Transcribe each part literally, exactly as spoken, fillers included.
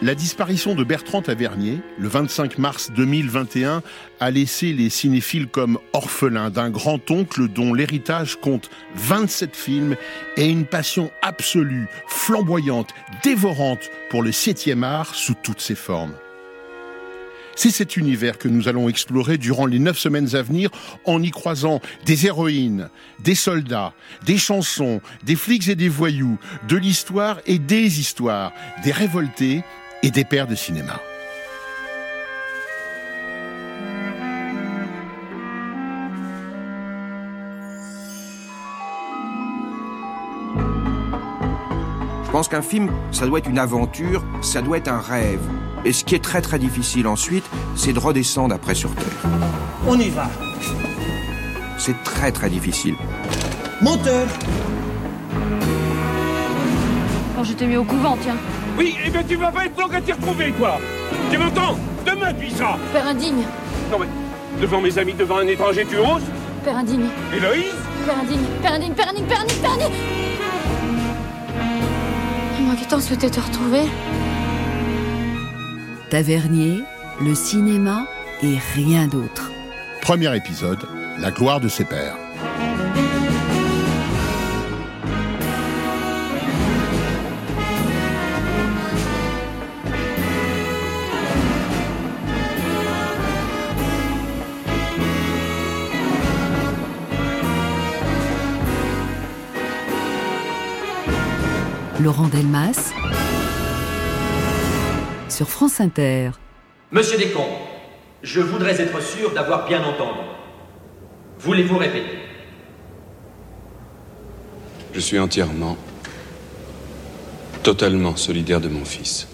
La disparition de Bertrand Tavernier, le vingt-cinq mars deux mille vingt et un, a laissé les cinéphiles comme orphelins d'un grand-oncle dont l'héritage compte vingt-sept films et une passion absolue, flamboyante, dévorante pour le septième art sous toutes ses formes. C'est cet univers que nous allons explorer durant les neuf semaines à venir en y croisant des héroïnes, des soldats, des chansons, des flics et des voyous, de l'histoire et des histoires, des révoltés et des pères de cinéma. Je pense qu'un film, ça doit être une aventure, ça doit être un rêve. Et ce qui est très très difficile ensuite, c'est de redescendre après sur Terre. On y va. C'est très très difficile. Moteur. Quand je t'ai mis au couvent, tiens. Oui, eh bien tu vas pas être long à t'y retrouver, toi. Tu m'entends? Demain, tu y seras. Père indigne. Non mais, devant mes amis, devant un étranger, tu oses? Père indigne. Héloïse? Père indigne, père indigne, père indigne, père indigne, père indigne. Moi qui tant souhaitais te retrouver. Tavernier, le cinéma et rien d'autre. Premier épisode, la gloire de ses pères. Laurent Delmas sur France Inter. Monsieur Descamps, je voudrais être sûr d'avoir bien entendu. Voulez-vous répéter? Je suis entièrement, totalement solidaire de mon fils.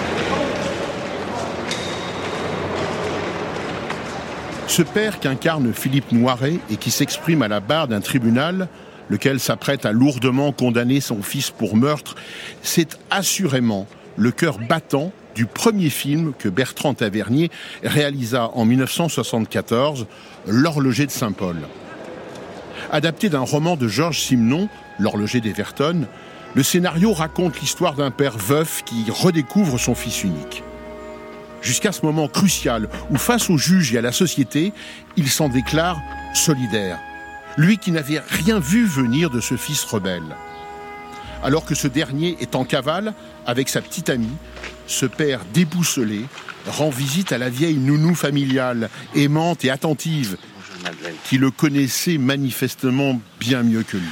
Ce père qu'incarne Philippe Noiret et qui s'exprime à la barre d'un tribunal, lequel s'apprête à lourdement condamner son fils pour meurtre, c'est assurément le cœur battant du premier film que Bertrand Tavernier réalisa en dix-neuf cent soixante-quatorze, L'Horloger de Saint-Paul. Adapté d'un roman de Georges Simenon, L'Horloger d'Everton, le scénario raconte l'histoire d'un père veuf qui redécouvre son fils unique. Jusqu'à ce moment crucial où, face aux juges et à la société, il s'en déclare solidaire. Lui qui n'avait rien vu venir de ce fils rebelle. Alors que ce dernier est en cavale avec sa petite amie, ce père déboussolé rend visite à la vieille nounou familiale, aimante et attentive, qui le connaissait manifestement bien mieux que lui.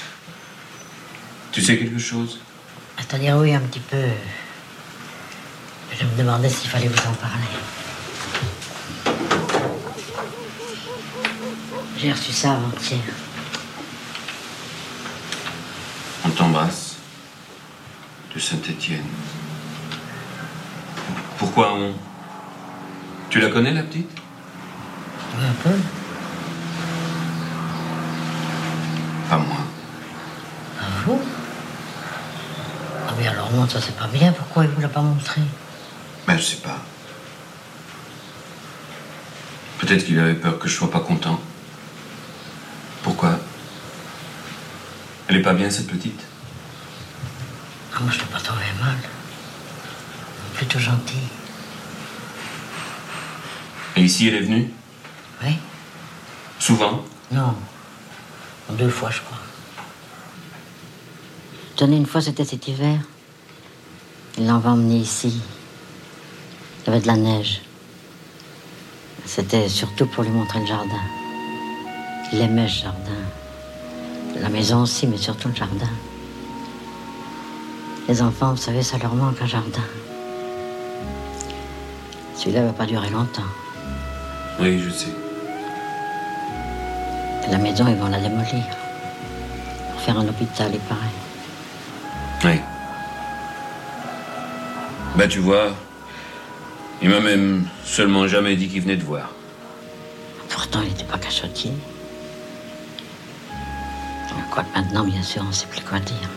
Tu sais quelque chose? À te dire oui, un petit peu. Je me demandais s'il fallait vous en parler. J'ai reçu ça avant-hier. On t'embrasse. De Saint-Étienne. Pourquoi on... Tu la connais, la petite? Oui, un peu. Pas moi. Ah, vous? Ah oui, alors non, ça c'est pas bien. Pourquoi il vous l'a pas montré? Ben, je sais pas. Peut-être qu'il avait peur que je sois pas content. Pourquoi? Elle est pas bien, cette petite? Ah, moi, je l'ai pas trouvé mal. Plutôt gentille. Et ici, elle est venue? Oui? Souvent? Non. Deux fois, je crois. Tenez, une fois, c'était cet hiver. Il l'avait emmené ici. Il y avait de la neige. C'était surtout pour lui montrer le jardin. Il aimait ce jardin. La maison aussi, mais surtout le jardin. Les enfants, vous savez, ça leur manque un jardin. Celui-là ne va pas durer longtemps. Oui, je sais. Et la maison, ils vont la démolir. Pour faire un hôpital, il paraît. Oui. Ben, tu vois, il m'a même seulement jamais dit qu'il venait te voir. Pourtant, il n'était pas cachotier. Quoique maintenant, bien sûr, on ne sait plus quoi dire.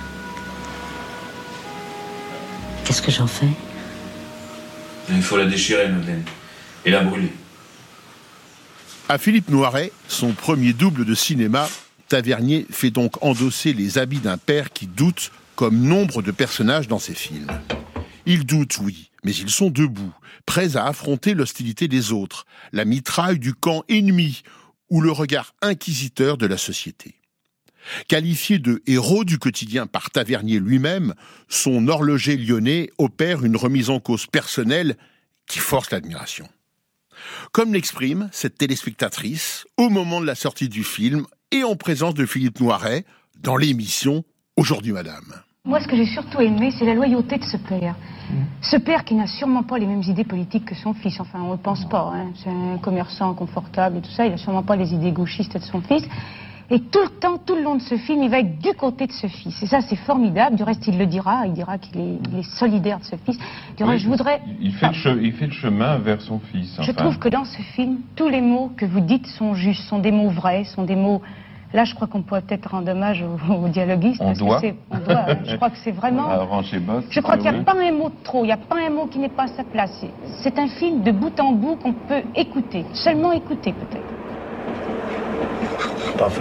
Qu'est-ce que j'en fais? Il faut la déchirer, Madeleine, et la brûler. À Philippe Noiret, son premier double de cinéma, Tavernier fait donc endosser les habits d'un père qui doute, comme nombre de personnages dans ses films. Ils doutent, oui, mais ils sont debout, prêts à affronter l'hostilité des autres, la mitraille du camp ennemi ou le regard inquisiteur de la société. Qualifié de héros du quotidien par Tavernier lui-même, son horloger lyonnais opère une remise en cause personnelle qui force l'admiration. Comme l'exprime cette téléspectatrice au moment de la sortie du film et en présence de Philippe Noiret dans l'émission Aujourd'hui Madame. Moi, ce que j'ai surtout aimé, c'est la loyauté de ce père. Mmh. Ce père qui n'a sûrement pas les mêmes idées politiques que son fils. Enfin, on ne le pense pas. Hein. C'est un commerçant confortable et tout ça. Il n'a sûrement pas les idées gauchistes de son fils. Et tout le temps, tout le long de ce film, il va être du côté de ce fils. Et ça, c'est formidable. Du reste, il le dira. Il dira qu'il est, il est solidaire de ce fils. Du reste, oui, je voudrais... Il fait, ah, le che... il fait le chemin vers son fils. Enfin. Je trouve que dans ce film, tous les mots que vous dites sont justes, sont des mots vrais, sont des mots... Là, je crois qu'on pourrait peut-être rendre hommage aux, aux dialoguistes. On parce doit. Que c'est, on doit. Je crois que c'est vraiment... Boss, je crois qu'il n'y a oui. pas un mot de trop, il n'y a pas un mot qui n'est pas à sa place. C'est, c'est un film de bout en bout qu'on peut écouter. Seulement écouter, peut-être. Parfum ?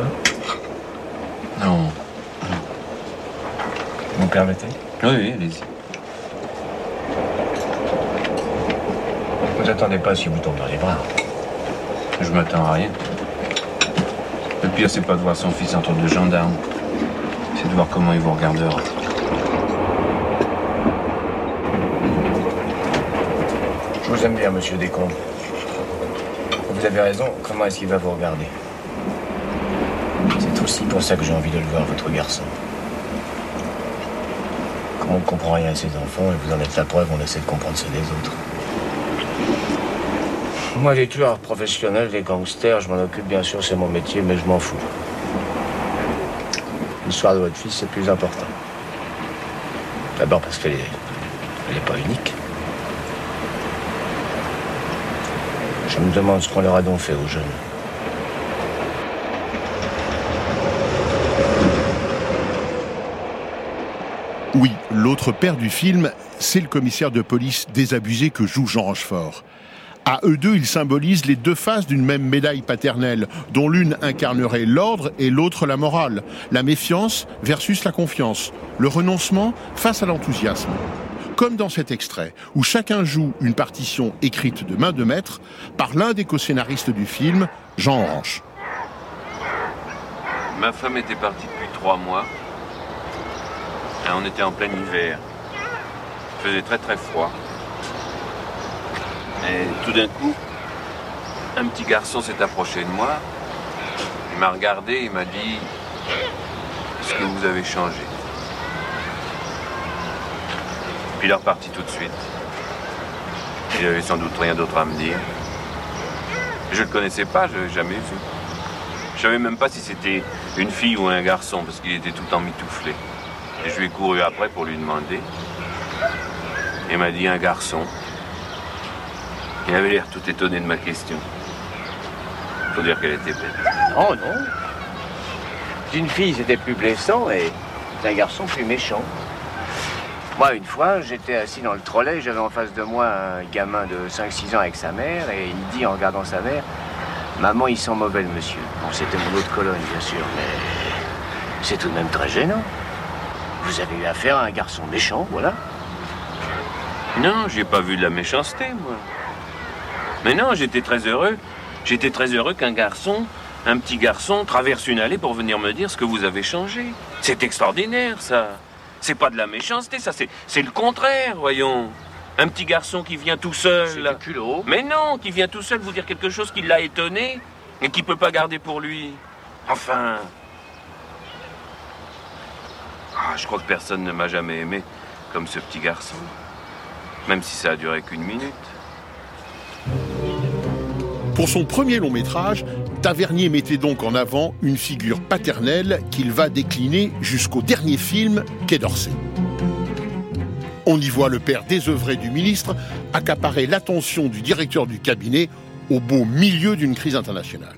Non. Vous me permettez ? Oui, oui, allez-y. Vous attendez pas si vous tombez dans les bras. Je m'attends à rien. Le pire, c'est pas de voir son fils entre deux gendarmes. C'est de voir comment il vous regardera. Je vous aime bien, monsieur Descombes. Vous avez raison, comment est-ce qu'il va vous regarder ? C'est aussi pour ça que j'ai envie de le voir, votre garçon. Comme on ne comprend rien à ses enfants, et vous en êtes la preuve, on essaie de comprendre ceux des autres. Moi, les tueurs professionnels, les gangsters, je m'en occupe bien sûr, c'est mon métier, mais je m'en fous. L'histoire de votre fils, c'est plus important. D'abord parce qu'elle est, elle est pas unique. Je me demande ce qu'on leur a donc fait aux jeunes. Oui, l'autre père du film, c'est le commissaire de police désabusé que joue Jean Rochefort. À eux deux, ils symbolisent les deux faces d'une même médaille paternelle, dont l'une incarnerait l'ordre et l'autre la morale, la méfiance versus la confiance, le renoncement face à l'enthousiasme. Comme dans cet extrait, où chacun joue une partition écrite de main de maître par l'un des co-scénaristes du film, Jean Hanche. Ma femme était partie depuis trois mois. Et on était en plein hiver. Il faisait très très froid. Et tout d'un coup, un petit garçon s'est approché de moi. Il m'a regardé, il m'a dit « Est-ce que vous avez changé ?» Puis il est reparti tout de suite. Il avait sans doute rien d'autre à me dire. Je ne le connaissais pas, je ne l'avais jamais vu. Je savais même pas si c'était une fille ou un garçon, parce qu'il était tout le temps mitouflé. Et je lui ai couru après pour lui demander. Il m'a dit un garçon. Il avait l'air tout étonné de ma question. Faut dire qu'elle était bête. Non, non. Une fille, c'était plus blessant et un garçon plus méchant. Moi, une fois, j'étais assis dans le trolley, j'avais en face de moi un gamin de cinq six ans avec sa mère, et il me dit, en regardant sa mère, « Maman, il sent mauvais, le monsieur. » Bon, c'était mon autre colonne, bien sûr, mais c'est tout de même très gênant. Vous avez eu affaire à un garçon méchant, voilà. Non, j'ai pas vu de la méchanceté, moi. Mais non, j'étais très heureux. J'étais très heureux qu'un garçon, un petit garçon, traverse une allée pour venir me dire ce que vous avez changé. C'est extraordinaire, ça. C'est pas de la méchanceté, ça, c'est, c'est le contraire, voyons. Un petit garçon qui vient tout seul. C'est du culot. Mais non, qui vient tout seul vous dire quelque chose qui l'a étonné et qui peut pas garder pour lui. Enfin... Ah, je crois que personne ne m'a jamais aimé comme ce petit garçon. Même si ça a duré qu'une minute. Pour son premier long métrage, Tavernier mettait donc en avant une figure paternelle qu'il va décliner jusqu'au dernier film, Quai d'Orsay. On y voit le père désœuvré du ministre accaparer l'attention du directeur du cabinet au beau milieu d'une crise internationale.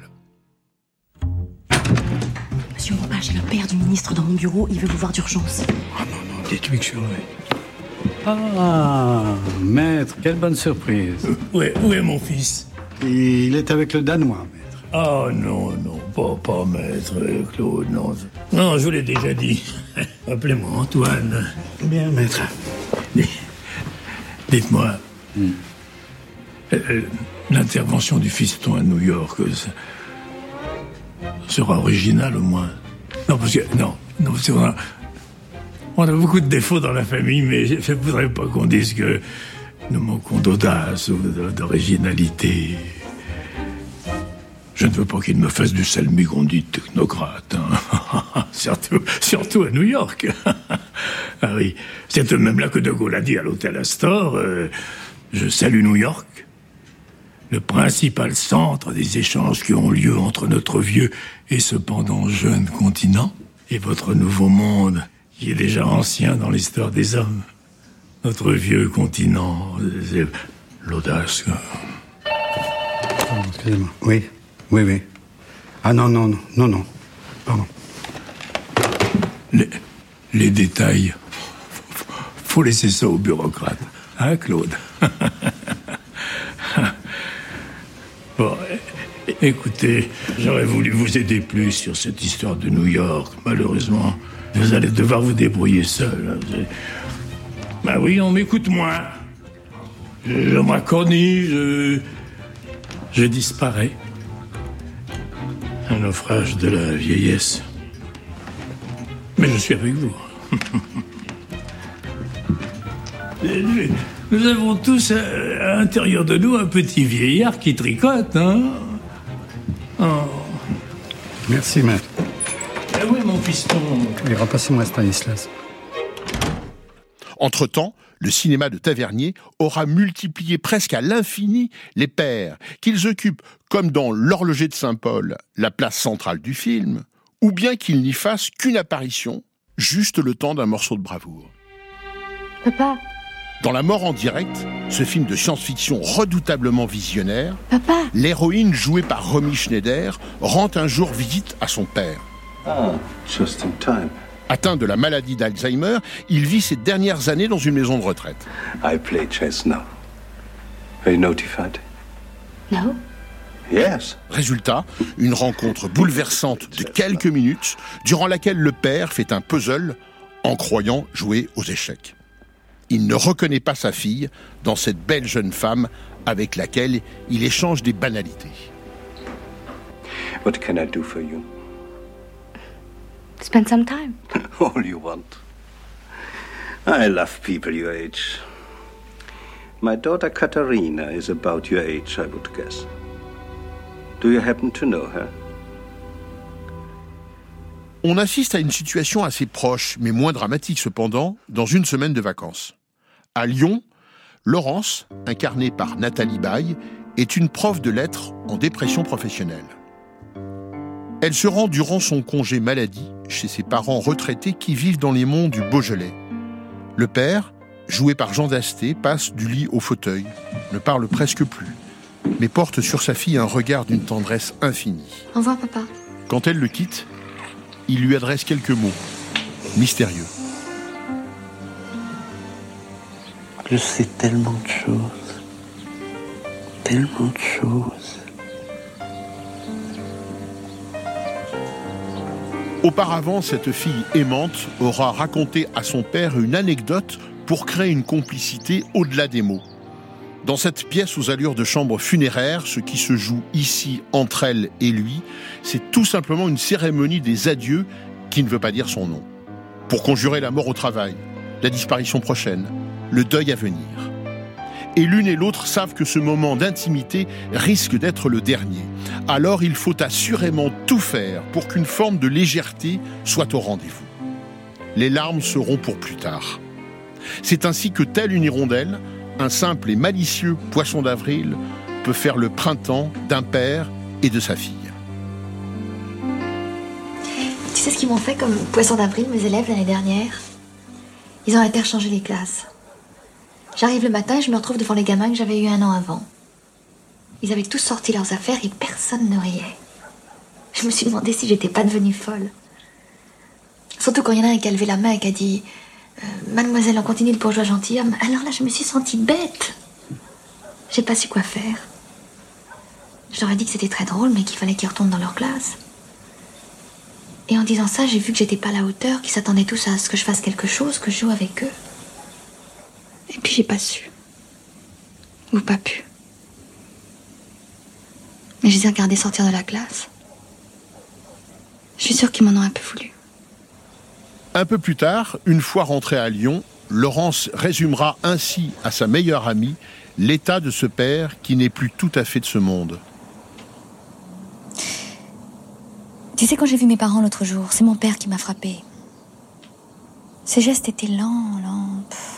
Monsieur Montpin, j'ai le père du ministre dans mon bureau, il veut vous voir d'urgence. Ah non, non, dites-lui que je surveille. Ah, maître, quelle bonne surprise. Euh, où, est, où est mon fils? Il est avec le Danois, maître. Oh non, non, pas, pas maître Claude, non. Non, je vous l'ai déjà dit. Appelez-moi Antoine. Bien, maître. Dites-moi, mm. euh, l'intervention du fiston à New York ça, sera originale au moins. Non, parce que, non, non, parce qu'on a, on a beaucoup de défauts dans la famille, mais je ne voudrais pas qu'on dise que nous manquons d'audace ou d'originalité. Je ne veux pas qu'il me fasse du salmigondi de technocrate. Hein. surtout, surtout à New York. Ah oui, c'est tout de même là que De Gaulle a dit à l'hôtel Astor euh, « Je salue New York, le principal centre des échanges qui ont lieu entre notre vieux et cependant jeune continent, et votre nouveau monde, qui est déjà ancien dans l'histoire des hommes. Notre vieux continent, c'est l'audace. » Pardon, excusez-moi. Oui, oui, oui. Ah non, non, non, non, non. Pardon. Les, les détails, faut laisser ça aux bureaucrates. Hein, Claude? Bon, écoutez, j'aurais voulu vous aider plus sur cette histoire de New York. Malheureusement, vous allez devoir vous débrouiller seul. Bah oui, on m'écoute moins. Je, je m'accordis, je... je disparais. Un naufrage de la vieillesse. Mais je suis avec vous. Nous avons tous à, à l'intérieur de nous un petit vieillard qui tricote, hein. Oh. Merci, maître. Ah oui, mon fiston. Oui, repassez-moi Stanislas. Entre-temps, le cinéma de Tavernier aura multiplié presque à l'infini les pères, qu'ils occupent, comme dans L'Horloger de Saint-Paul, la place centrale du film, ou bien qu'ils n'y fassent qu'une apparition, juste le temps d'un morceau de bravoure. Papa. Dans La Mort en direct, ce film de science-fiction redoutablement visionnaire, Papa. l'héroïne jouée par Romy Schneider rend un jour visite à son père. Ah, just in time. Atteint de la maladie d'Alzheimer, il vit ses dernières années dans une maison de retraite. I play chess now. Are you notified? No. Yes. Résultat, une rencontre bouleversante de quelques minutes, durant laquelle le père fait un puzzle en croyant jouer aux échecs. Il ne reconnaît pas sa fille dans cette belle jeune femme avec laquelle il échange des banalités. What can I do for you? Spend some time. All you want. I love people your age. My daughter Katarina is about your age, I would guess. Do you happen to know her? On assiste à une situation assez proche, mais moins dramatique cependant, dans Une semaine de vacances. À Lyon, Laurence, incarnée par Nathalie Baye, est une prof de lettres en dépression professionnelle. Elle se rend durant son congé maladie chez ses parents retraités qui vivent dans les monts du Beaujolais. Le père, joué par Jean Dasté, passe du lit au fauteuil, ne parle presque plus, mais porte sur sa fille un regard d'une tendresse infinie. Au revoir, papa. Quand elle le quitte, il lui adresse quelques mots, mystérieux. Je sais tellement de choses. Tellement de choses. Auparavant, cette fille aimante aura raconté à son père une anecdote pour créer une complicité au-delà des mots. Dans cette pièce aux allures de chambre funéraire, ce qui se joue ici entre elle et lui, c'est tout simplement une cérémonie des adieux qui ne veut pas dire son nom. Pour conjurer la mort au travail, la disparition prochaine, le deuil à venir. Et l'une et l'autre savent que ce moment d'intimité risque d'être le dernier. Alors il faut assurément tout faire pour qu'une forme de légèreté soit au rendez-vous. Les larmes seront pour plus tard. C'est ainsi que, telle une hirondelle, un simple et malicieux poisson d'avril peut faire le printemps d'un père et de sa fille. Tu sais ce qu'ils m'ont fait comme poisson d'avril, mes élèves, l'année dernière? Ils ont interchangé les classes. J'arrive le matin et je me retrouve devant les gamins que j'avais eu un an avant. Ils avaient tous sorti leurs affaires et personne ne riait. Je me suis demandé si j'étais pas devenue folle. Surtout quand il y en a un qui a levé la main et qui a dit euh, « Mademoiselle, on continue le bourgeois gentilhomme ». Alors là, je me suis sentie bête. J'ai pas su quoi faire. Je leur ai dit que c'était très drôle, mais qu'il fallait qu'ils retournent dans leur classe. Et en disant ça, j'ai vu que j'étais pas à la hauteur, qu'ils s'attendaient tous à ce que je fasse quelque chose, que je joue avec eux. Et puis j'ai pas su. Ou pas pu. Mais je les ai regardés sortir de la classe. Je suis sûre qu'ils m'en ont un peu voulu. Un peu plus tard, une fois rentrée à Lyon, Laurence résumera ainsi à sa meilleure amie l'état de ce père qui n'est plus tout à fait de ce monde. Tu sais, quand j'ai vu mes parents l'autre jour, c'est mon père qui m'a frappée. Ses gestes étaient lents, lents. Pff.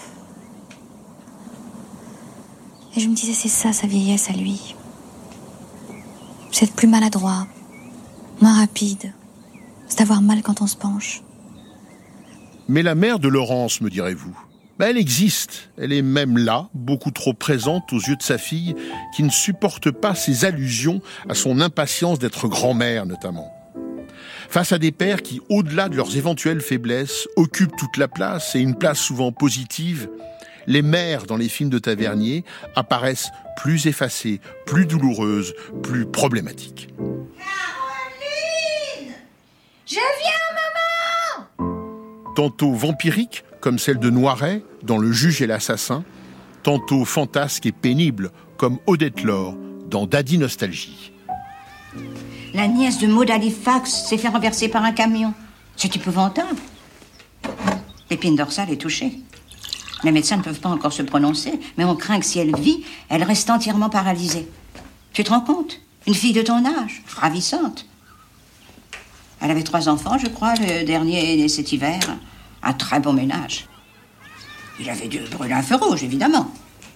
Et je me disais, c'est ça, sa vieillesse à lui. C'est être plus maladroit, moins rapide. C'est d'avoir mal quand on se penche. Mais la mère de Laurence, me direz-vous, ben elle existe. Elle est même là, beaucoup trop présente aux yeux de sa fille, qui ne supporte pas ses allusions à son impatience d'être grand-mère, notamment. Face à des pères qui, au-delà de leurs éventuelles faiblesses, occupent toute la place, et une place souvent positive, les mères dans les films de Tavernier apparaissent plus effacées, plus douloureuses, plus problématiques. Caroline! Je viens, maman! Tantôt vampirique, comme celle de Noiret, dans Le Juge et l'Assassin, tantôt fantasque et pénible, comme Odette Laure, dans Daddy Nostalgie. La nièce de Maud Halifax s'est fait renverser par un camion. C'est épouvantable. L'épine dorsale est touchée. Les médecins ne peuvent pas encore se prononcer, mais on craint que si elle vit, elle reste entièrement paralysée. Tu te rends compte? Une fille de ton âge, ravissante. Elle avait trois enfants, je crois, le dernier est né cet hiver. Un très bon ménage. Il avait dû brûler un feu rouge, évidemment.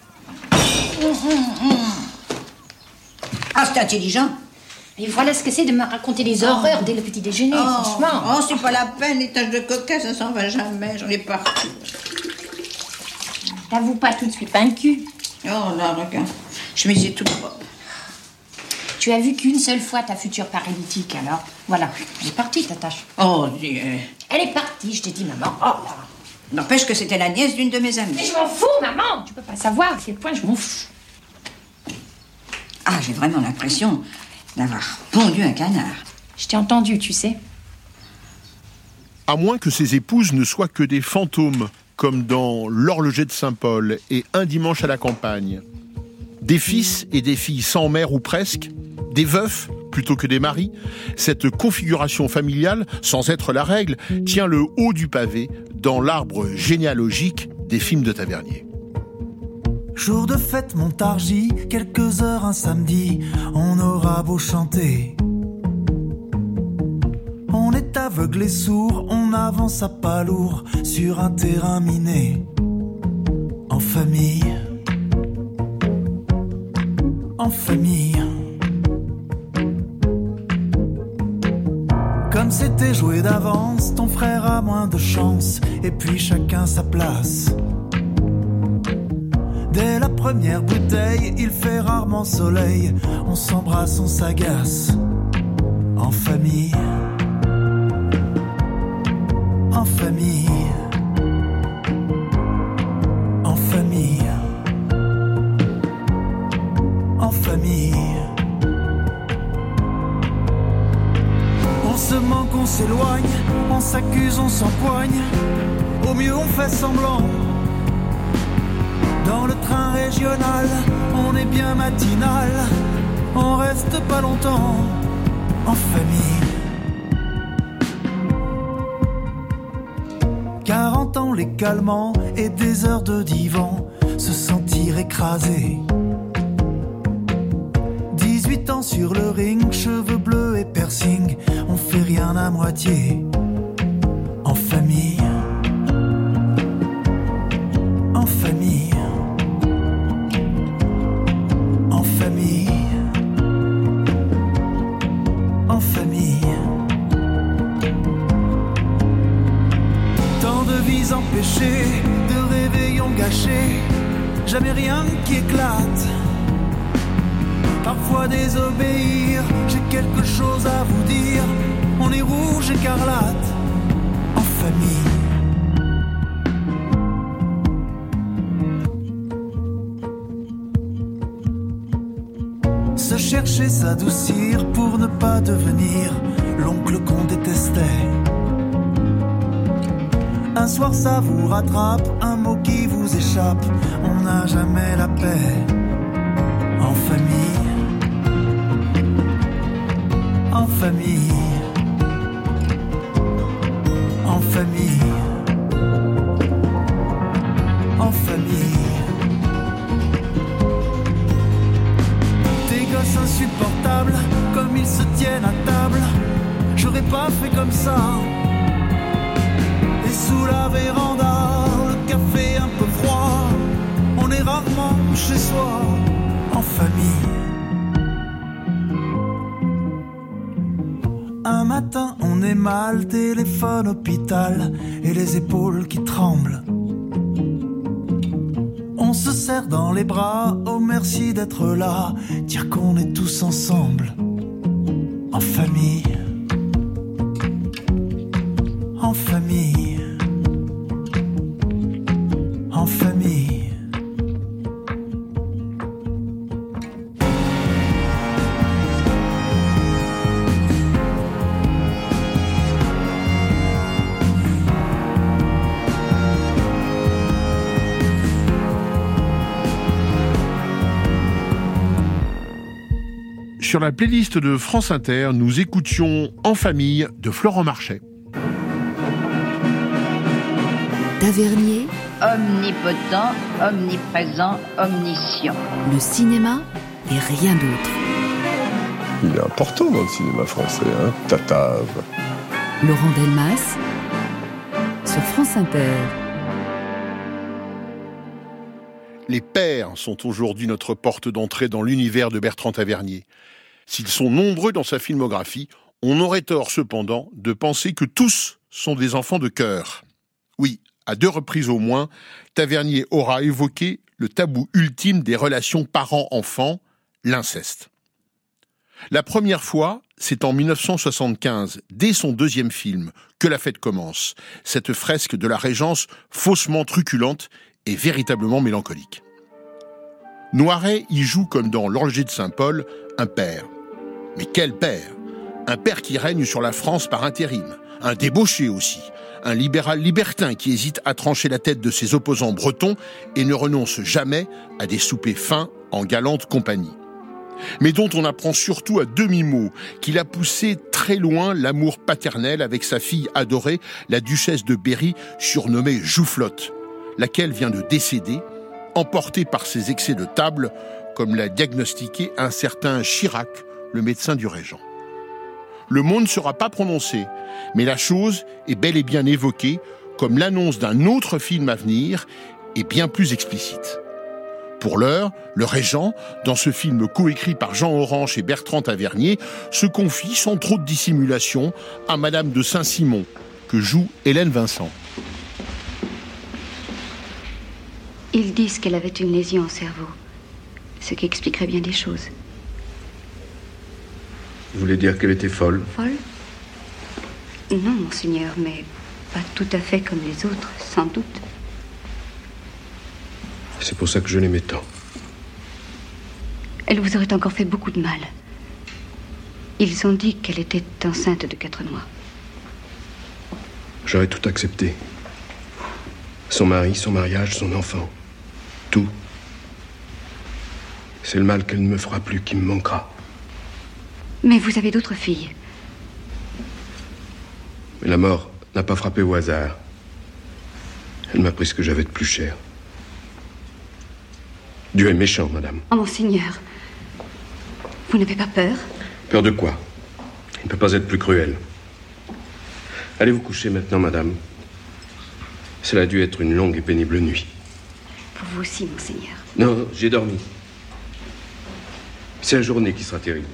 Ah, c'est intelligent. Et voilà ce que c'est de me raconter des horreurs dès le petit déjeuner, oh, franchement. Oh, c'est pas la peine, les taches de coca, ça s'en va jamais, j'en ai partout. T'avoues pas tout de suite vaincu. Oh là, regarde, je me disais tout propre. Tu as vu qu'une seule fois ta future paralytique, alors voilà, elle est partie ta tâche. Oh Dieu. Elle est partie, je t'ai dit, maman. Oh là. N'empêche que c'était la nièce d'une de mes amies. Mais je m'en fous, maman. Tu peux pas savoir à quel point je m'en fous. Ah, j'ai vraiment l'impression d'avoir pondu un canard. Je t'ai entendu, tu sais. À moins que ses épouses ne soient que des fantômes, comme dans L'Horloger de Saint-Paul et Un dimanche à la campagne. Des fils et des filles sans mère ou presque, des veufs plutôt que des maris, cette configuration familiale, sans être la règle, tient le haut du pavé dans l'arbre généalogique des films de Tavernier. Jour de fête Montargis, quelques heures un samedi, on aura beau chanter. On est aveugle et sourd, on avance à pas lourd sur un terrain miné. En famille, en famille. Comme c'était joué d'avance, ton frère a moins de chance, et puis chacun sa place. Dès la première bouteille, il fait rarement soleil, on s'embrasse, on s'agace. En famille, en famille, en famille, en famille. On se manque, on s'éloigne, on s'accuse, on s'empoigne. Au mieux on fait semblant. Dans le train régional, on est bien matinal. On reste pas longtemps en famille. quarante ans les calmants et des heures de divan, se sentir écrasé. dix-huit ans sur le ring, cheveux bleus et piercing, on fait rien à moitié. En famille, en famille, en famille, en famille. Tant de vies empêchées, de réveillons gâchés, jamais rien qui éclate. Parfois désobéir, j'ai quelque chose à vous dire. On est rouge écarlate, en famille. Se chercher, s'adoucir pour ne pas devenir l'oncle qu'on détestait. Un soir ça vous rattrape, un mot qui vous échappe, on n'a jamais la paix. famille, en famille, en famille, en famille. Des gosses insupportables, comme ils se tiennent à table, j'aurais pas fait comme ça. Et sous la véranda, le café un peu froid, on est rarement chez soi, en famille. Un matin, on est mal, téléphone, hôpital, et les épaules qui tremblent. On se serre dans les bras, oh merci d'être là, dire qu'on est tous ensemble, en famille, en famille, en famille. Sur la playlist de France Inter, nous écoutions En famille de Florent Marchais. Tavernier, Omnipotent, omniprésent, omniscient. le cinéma et rien d'autre. Il est important dans le cinéma français, hein, Tatave. Laurent Delmas sur France Inter. Les pères sont aujourd'hui notre porte d'entrée dans l'univers de Bertrand Tavernier. S'ils sont nombreux dans sa filmographie, on aurait tort cependant de penser que tous sont des enfants de cœur. Oui, à deux reprises au moins, Tavernier aura évoqué le tabou ultime des relations parents-enfants, l'inceste. La première fois, c'est en dix-neuf cent soixante-quinze, dès son deuxième film, que la fête commence, cette fresque de la Régence faussement truculente et véritablement mélancolique. Noiret y joue comme dans L'Orger de Saint-Paul, un père. Mais quel père ? Un père qui règne sur la France par intérim, un débauché aussi, un libéral libertin qui hésite à trancher la tête de ses opposants bretons et ne renonce jamais à des soupers fins en galante compagnie. Mais dont on apprend surtout à demi-mot qu'il a poussé très loin l'amour paternel avec sa fille adorée, la duchesse de Berry, surnommée Joufflotte, laquelle vient de décéder, emportée par ses excès de table, comme l'a diagnostiqué un certain Chirac, le médecin du régent. Le mot ne sera pas prononcé, mais la chose est bel et bien évoquée comme l'annonce d'un autre film à venir et bien plus explicite. Pour l'heure, le régent, dans ce film coécrit par Jean Orange et Bertrand Tavernier, se confie sans trop de dissimulation à Madame de Saint-Simon, que joue Hélène Vincent. Ils disent qu'elle avait une lésion au cerveau, ce qui expliquerait bien des choses. Vous voulez dire qu'elle était folle? Folle? Non, monseigneur, mais pas tout à fait comme les autres, sans doute. C'est pour ça que je l'aimais tant. Elle vous aurait encore fait beaucoup de mal. Ils ont dit qu'elle était enceinte de quatre mois. J'aurais tout accepté. Son mari, son mariage, son enfant. Tout. C'est le mal qu'elle ne me fera plus qui me manquera. Mais vous avez d'autres filles. Mais la mort n'a pas frappé au hasard. Elle m'a pris ce que j'avais de plus cher. Dieu est méchant, madame. Oh, monseigneur, vous n'avez pas peur? Peur de quoi? Il ne peut pas être plus cruel. Allez vous coucher maintenant, madame. Cela a dû être une longue et pénible nuit. Pour vous aussi, monseigneur. Non, j'ai dormi. C'est la journée qui sera terrible.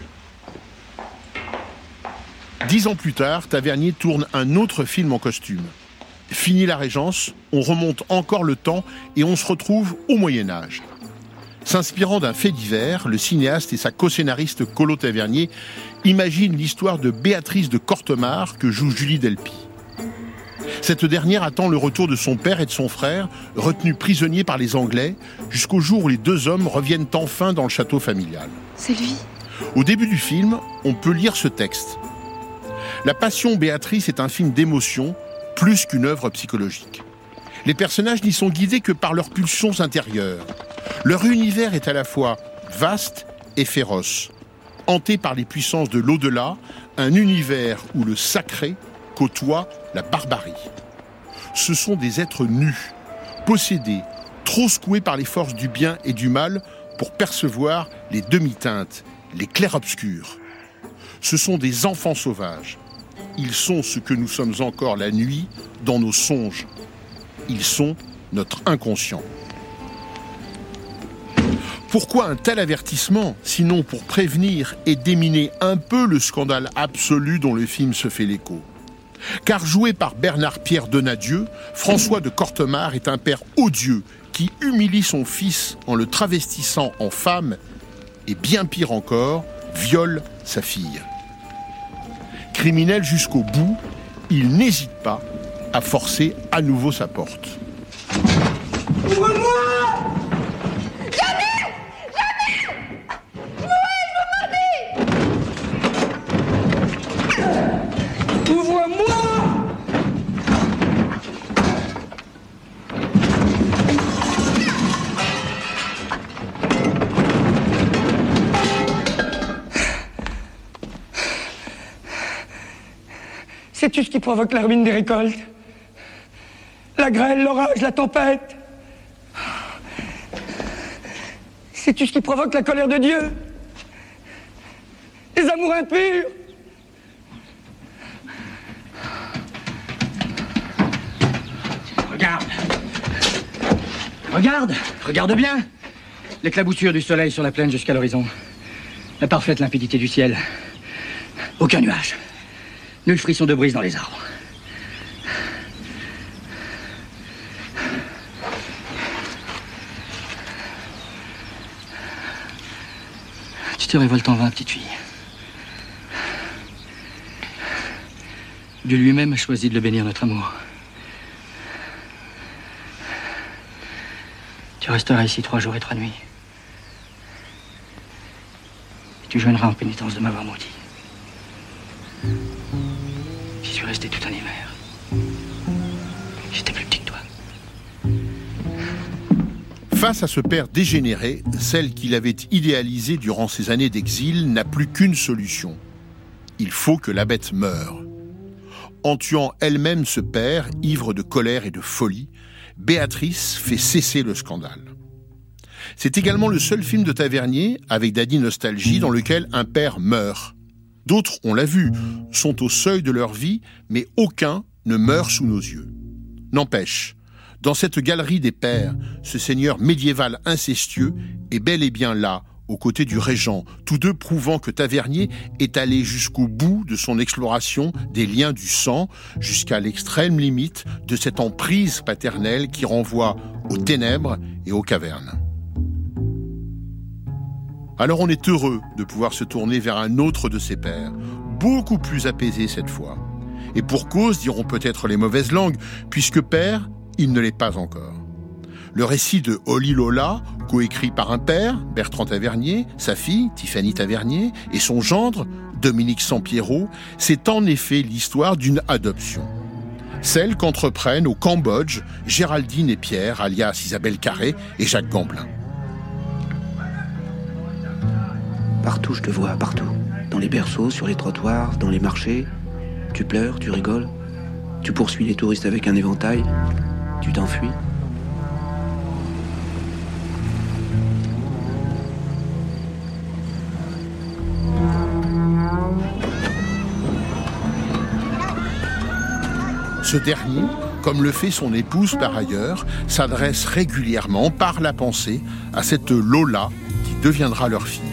Dix ans plus tard, Tavernier tourne un autre film en costume. Fini la Régence, on remonte encore le temps et on se retrouve au Moyen-Âge. S'inspirant d'un fait divers, le cinéaste et sa co-scénariste Collot Tavernier imaginent l'histoire de Béatrice de Cortemare que joue Julie Delpy. Cette dernière attend le retour de son père et de son frère, retenus prisonniers par les Anglais, jusqu'au jour où les deux hommes reviennent enfin dans le château familial. C'est lui. Au début du film, on peut lire ce texte. La Passion Béatrice est un film d'émotion, plus qu'une œuvre psychologique. Les personnages n'y sont guidés que par leurs pulsions intérieures. Leur univers est à la fois vaste et féroce, hanté par les puissances de l'au-delà, un univers où le sacré côtoie la barbarie. Ce sont des êtres nus, possédés, trop secoués par les forces du bien et du mal pour percevoir les demi-teintes, les clairs-obscurs. Ce sont des enfants sauvages. Ils sont ce que nous sommes encore la nuit dans nos songes. Ils sont notre inconscient. Pourquoi un tel avertissement, sinon pour prévenir et déminer un peu le scandale absolu dont le film se fait l'écho ? Car joué par Bernard-Pierre Donadieu, François de Cortemare est un père odieux qui humilie son fils en le travestissant en femme et, bien pire encore, viole sa fille. Criminel jusqu'au bout, il n'hésite pas à forcer à nouveau sa porte. Ouvre-moi! Jamais! Jamais! Noël, je vous Ouvre-moi! Sais-tu ce qui provoque la ruine des récoltes? La grêle, l'orage, la tempête. Sais-tu ce qui provoque la colère de Dieu? Les amours impurs. Regarde. Regarde. Regarde bien. L'éclaboussure du soleil sur la plaine jusqu'à l'horizon. La parfaite limpidité du ciel. Aucun nuage. Nul frisson de brise dans les arbres. Tu te révoltes en vain, petite fille. Dieu lui-même a choisi de le bénir, notre amour. Tu resteras ici trois jours et trois nuits. Et tu jeûneras en pénitence de m'avoir maudit. J'y suis resté tout un hiver. J'étais plus petit que toi. Face à ce père dégénéré, celle qu'il avait idéalisée durant ses années d'exil n'a plus qu'une solution. Il faut que la bête meure. En tuant elle-même ce père, ivre de colère et de folie, Béatrice fait cesser le scandale. C'est également le seul film de Tavernier, avec Daddy Nostalgie, dans lequel un père meurt. D'autres, on l'a vu, sont au seuil de leur vie, mais aucun ne meurt sous nos yeux. N'empêche, dans cette galerie des pères, ce seigneur médiéval incestueux est bel et bien là, aux côtés du régent, tous deux prouvant que Tavernier est allé jusqu'au bout de son exploration des liens du sang, jusqu'à l'extrême limite de cette emprise paternelle qui renvoie aux ténèbres et aux cavernes. Alors on est heureux de pouvoir se tourner vers un autre de ses pères, beaucoup plus apaisé cette fois. Et pour cause, diront peut-être les mauvaises langues, puisque père, il ne l'est pas encore. Le récit de Oli Lola, coécrit par un père, Bertrand Tavernier, sa fille, Tiffany Tavernier, et son gendre, Dominique Sampiero, c'est en effet l'histoire d'une adoption. Celle qu'entreprennent au Cambodge Géraldine et Pierre, alias Isabelle Carré et Jacques Gamblin. Partout, je te vois, partout. Dans les berceaux, sur les trottoirs, dans les marchés. Tu pleures, tu rigoles. Tu poursuis les touristes avec un éventail. Tu t'enfuis. Ce dernier, comme le fait son épouse par ailleurs, s'adresse régulièrement par la pensée à cette Lola qui deviendra leur fille.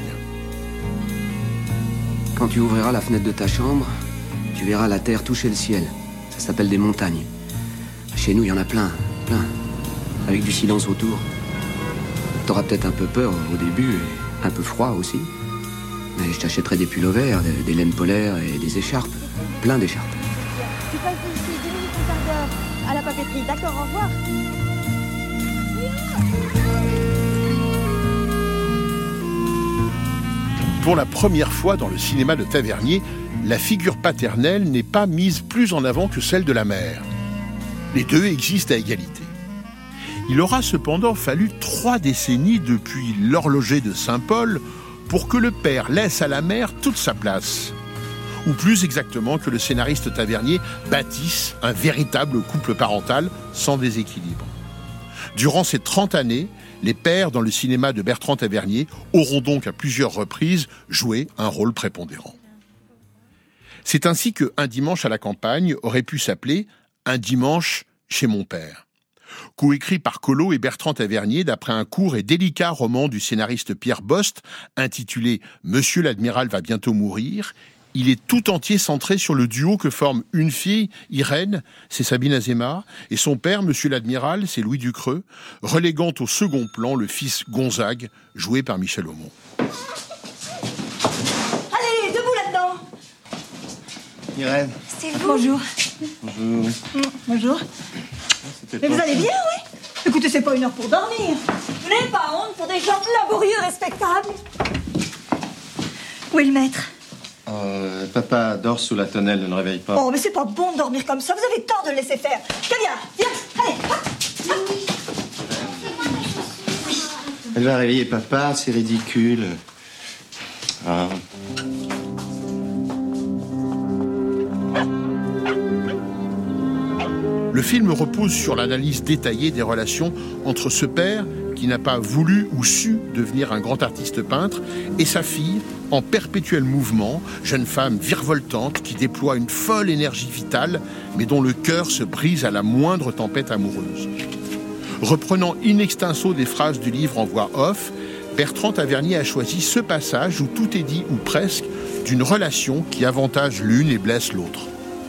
Quand tu ouvriras la fenêtre de ta chambre, tu verras la terre toucher le ciel. Ça s'appelle des montagnes. Chez nous, il y en a plein, plein, avec du silence autour. T'auras peut-être un peu peur au début, et un peu froid aussi. Mais je t'achèterai des pulls verts, des, des laines polaires et des écharpes. Plein d'écharpes. Tu passes ici deux minutes un quart d'heure à la papeterie, d'accord, au revoir. Pour la première fois dans le cinéma de Tavernier, la figure paternelle n'est pas mise plus en avant que celle de la mère. Les deux existent à égalité. Il aura cependant fallu trois décennies depuis l'horloger de Saint-Paul pour que le père laisse à la mère toute sa place. Ou plus exactement que le scénariste Tavernier bâtisse un véritable couple parental sans déséquilibre. Durant ces trente années, les pères dans le cinéma de Bertrand Tavernier auront donc à plusieurs reprises joué un rôle prépondérant. C'est ainsi que Un dimanche à la campagne aurait pu s'appeler Un dimanche chez mon père. Coécrit par Collot et Bertrand Tavernier d'après un court et délicat roman du scénariste Pierre Bost intitulé « Monsieur l'Admiral va bientôt mourir », il est tout entier centré sur le duo que forment une fille, Irène, c'est Sabine Azéma, et son père, Monsieur l'Admiral, c'est Louis Ducreux, reléguant au second plan le fils Gonzague, joué par Michel Aumont. Allez, debout là-dedans. Irène. C'est vous. Bonjour. Bonjour. Mmh, bonjour. Mais vous allez bien, oui? Écoutez, c'est pas une heure pour dormir. Vous n'avez pas honte pour des gens laborieux, respectables? Où est le maître? Euh, papa dort sous la tonnelle, ne le réveille pas. Oh, mais c'est pas bon de dormir comme ça. Vous avez tort de le laisser faire. Caviar, viens, allez, hop, hop. Elle va réveiller papa, c'est ridicule. Ah. Le film repose sur l'analyse détaillée des relations entre ce père qui n'a pas voulu ou su devenir un grand artiste peintre et sa fille en perpétuel mouvement, jeune femme virevoltante qui déploie une folle énergie vitale mais dont le cœur se brise à la moindre tempête amoureuse. Reprenant in extenso des phrases du livre en voix off, Bertrand Tavernier a choisi ce passage où tout est dit ou presque d'une relation qui avantage l'une et blesse l'autre.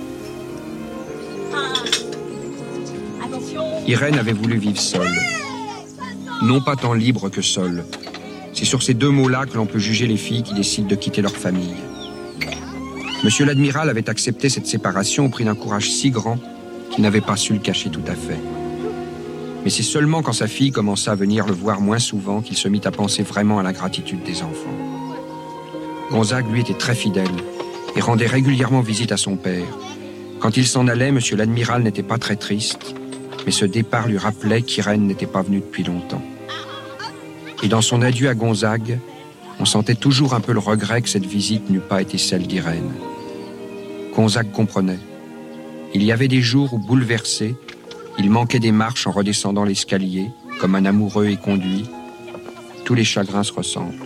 Irène avait voulu vivre seule. Non pas tant libre que seule. C'est sur ces deux mots-là que l'on peut juger les filles qui décident de quitter leur famille. Monsieur l'Admiral avait accepté cette séparation au prix d'un courage si grand qu'il n'avait pas su le cacher tout à fait. Mais c'est seulement quand sa fille commença à venir le voir moins souvent qu'il se mit à penser vraiment à la gratitude des enfants. Gonzague, lui, était très fidèle et rendait régulièrement visite à son père. Quand il s'en allait, Monsieur l'Admiral n'était pas très triste, mais ce départ lui rappelait qu'Irène n'était pas venue depuis longtemps. Et dans son adieu à Gonzague, on sentait toujours un peu le regret que cette visite n'eût pas été celle d'Irène. Gonzague comprenait. Il y avait des jours où, bouleversé, il manquait des marches en redescendant l'escalier, comme un amoureux éconduit. Tous les chagrins se ressemblent.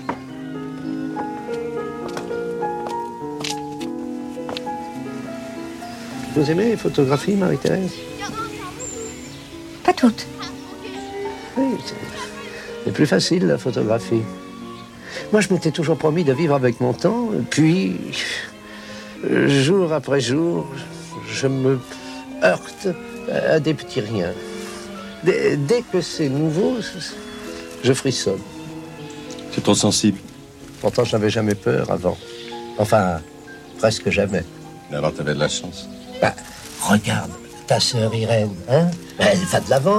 Vous aimez les photographies, Marie-Thérèse? Pas toutes. Oui, c'est plus facile, la photographie. Moi, je m'étais toujours promis de vivre avec mon temps, puis, jour après jour, je me heurte à des petits riens. Dès, dès que c'est nouveau, je frissonne. C'est trop sensible. Pourtant, je n'avais jamais peur avant. Enfin, presque jamais. Mais alors, t'avais de la chance. Bah, regarde, ta sœur Irène, hein? Elle va de l'avant.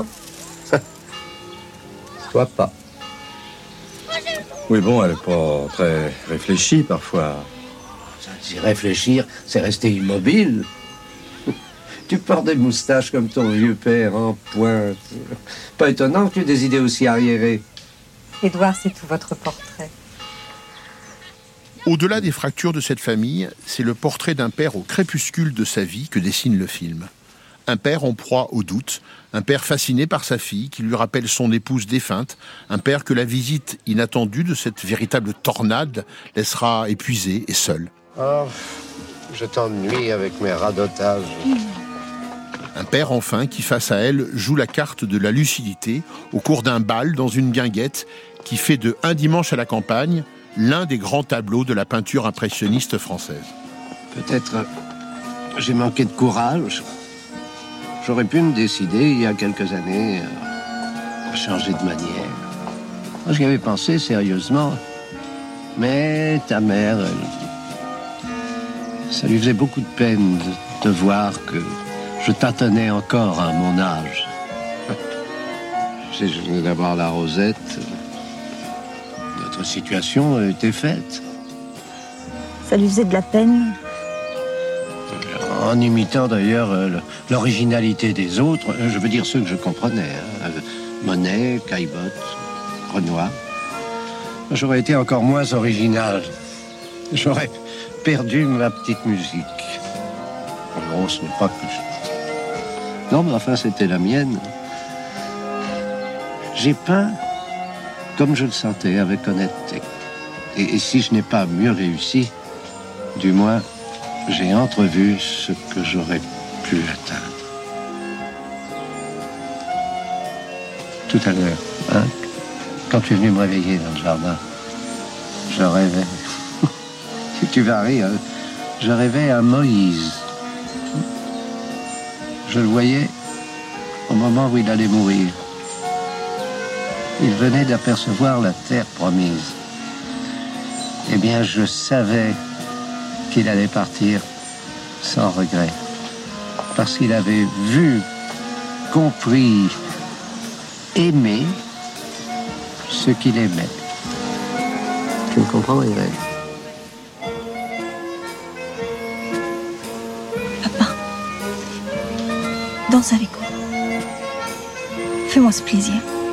Toi, pas. Oui, bon, elle n'est pas très réfléchie, parfois. Si réfléchir, c'est rester immobile. Tu portes des moustaches comme ton vieux père, en pointe. Pas étonnant que tu aies des idées aussi arriérées. Édouard, c'est tout votre portrait. Au-delà des fractures de cette famille, c'est le portrait d'un père au crépuscule de sa vie que dessine le film. Un père en proie au doute, un père fasciné par sa fille qui lui rappelle son épouse défunte, un père que la visite inattendue de cette véritable tornade laissera épuisé et seul. Oh, je t'ennuie avec mes radotages. Un père enfin qui, face à elle, joue la carte de la lucidité au cours d'un bal dans une guinguette qui fait de Un dimanche à la campagne l'un des grands tableaux de la peinture impressionniste française. Peut-être euh, j'ai manqué de courage. J'aurais pu me décider, il y a quelques années, euh, à changer de manière. Moi, j'y avais pensé sérieusement. Mais ta mère, elle, ça lui faisait beaucoup de peine de, de voir que je tâtonnais encore à mon âge. Je venais d'avoir la Rosette. Notre situation était faite. Ça lui faisait de la peine? En imitant d'ailleurs euh, l'originalité des autres, je veux dire ceux que je comprenais. Hein. Monet, Caillebotte, Renoir. j'aurais été encore moins original. J'aurais perdu ma petite musique. Non, ce n'est pas que je... Non, mais enfin, c'était la mienne. J'ai peint comme je le sentais, avec honnêteté. Et, et si je n'ai pas mieux réussi, du moins, j'ai entrevu ce que j'aurais pu atteindre. Tout à l'heure, hein, quand tu es venu me réveiller dans le jardin, je rêvais. Si tu vas rire, je rêvais à Moïse. Je le voyais au moment où il allait mourir. Il venait d'apercevoir la terre promise. Eh bien, je savais qu'il allait partir sans regret. Parce qu'il avait vu, compris, aimé ce qu'il aimait. Tu me comprends, Irène? Papa, danse avec moi. Fais-moi ce plaisir.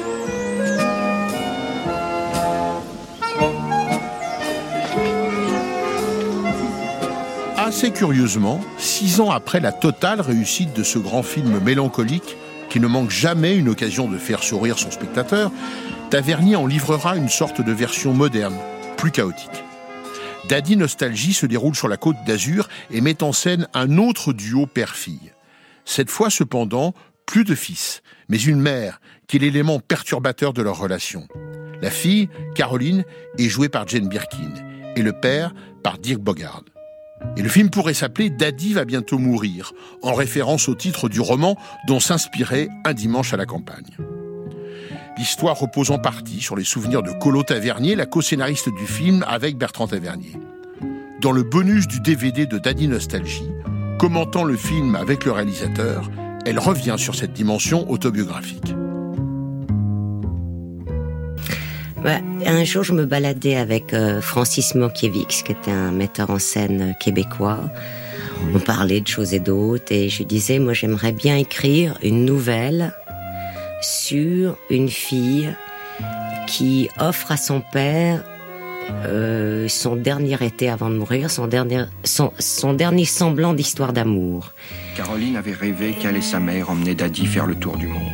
Assez curieusement, six ans après la totale réussite de ce grand film mélancolique, qui ne manque jamais une occasion de faire sourire son spectateur, Tavernier en livrera une sorte de version moderne, plus chaotique. Daddy Nostalgie se déroule sur la Côte d'Azur et met en scène un autre duo père-fille. Cette fois cependant, plus de fils, mais une mère, qui est l'élément perturbateur de leur relation. La fille, Caroline, est jouée par Jane Birkin, et le père par Dirk Bogarde. Et le film pourrait s'appeler « Daddy va bientôt mourir », en référence au titre du roman dont s'inspirait Un dimanche à la campagne. L'histoire repose en partie sur les souvenirs de Colo Tavernier, la co-scénariste du film avec Bertrand Tavernier. Dans le bonus du D V D de Daddy Nostalgie, commentant le film avec le réalisateur, elle revient sur cette dimension autobiographique. Ouais, un jour, je me baladais avec euh, Francis Mankiewicz, qui était un metteur en scène québécois. On parlait de choses et d'autres, et je disais, moi, j'aimerais bien écrire une nouvelle sur une fille qui offre à son père euh, son dernier été avant de mourir, son dernier, son, son dernier semblant d'histoire d'amour. Caroline avait rêvé qu'elle et sa mère emmenaient Daddy faire le tour du monde.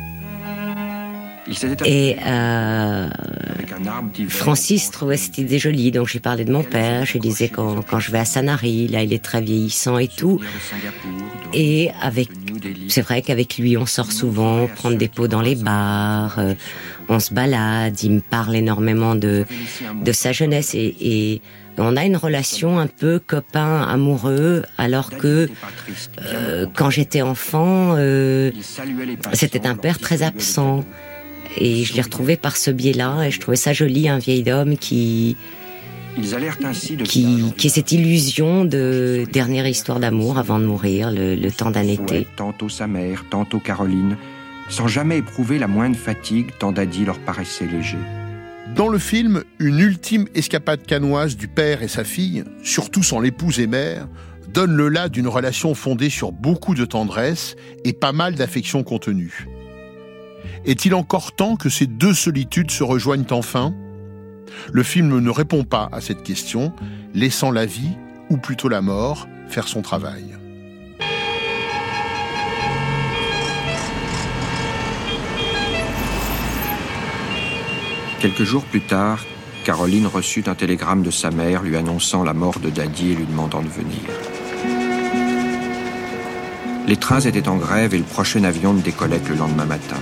Et euh, Francis trouvait cette idée jolie, donc j'ai parlé de mon père, je lui disais quand, quand je vais à Sanary, là il est très vieillissant et tout. Et avec, c'est vrai qu'avec lui on sort souvent, prendre des pots dans les bars, euh, on se balade, il me parle énormément de, de sa jeunesse et, et on a une relation un peu copain amoureux, alors que euh, quand j'étais enfant, euh, c'était un père très absent. Et je l'ai retrouvé par ce biais-là, et je trouvais ça joli, un vieil homme qui, qui, qui est cette illusion de dernière histoire d'amour avant de mourir, le, le temps d'un été. Tantôt sa mère, tantôt Caroline, sans jamais éprouver la moindre fatigue, tant Daddy leur paraissait léger. Dans le film, une ultime escapade canoise du père et sa fille, surtout sans l'épouse et mère, donne le là d'une relation fondée sur beaucoup de tendresse et pas mal d'affection contenue. Est-il encore temps que ces deux solitudes se rejoignent enfin ? Le film ne répond pas à cette question, laissant la vie, ou plutôt la mort, faire son travail. Quelques jours plus tard, Caroline reçut un télégramme de sa mère lui annonçant la mort de Daddy et lui demandant de venir. Les trains étaient en grève et le prochain avion ne décollait que le lendemain matin.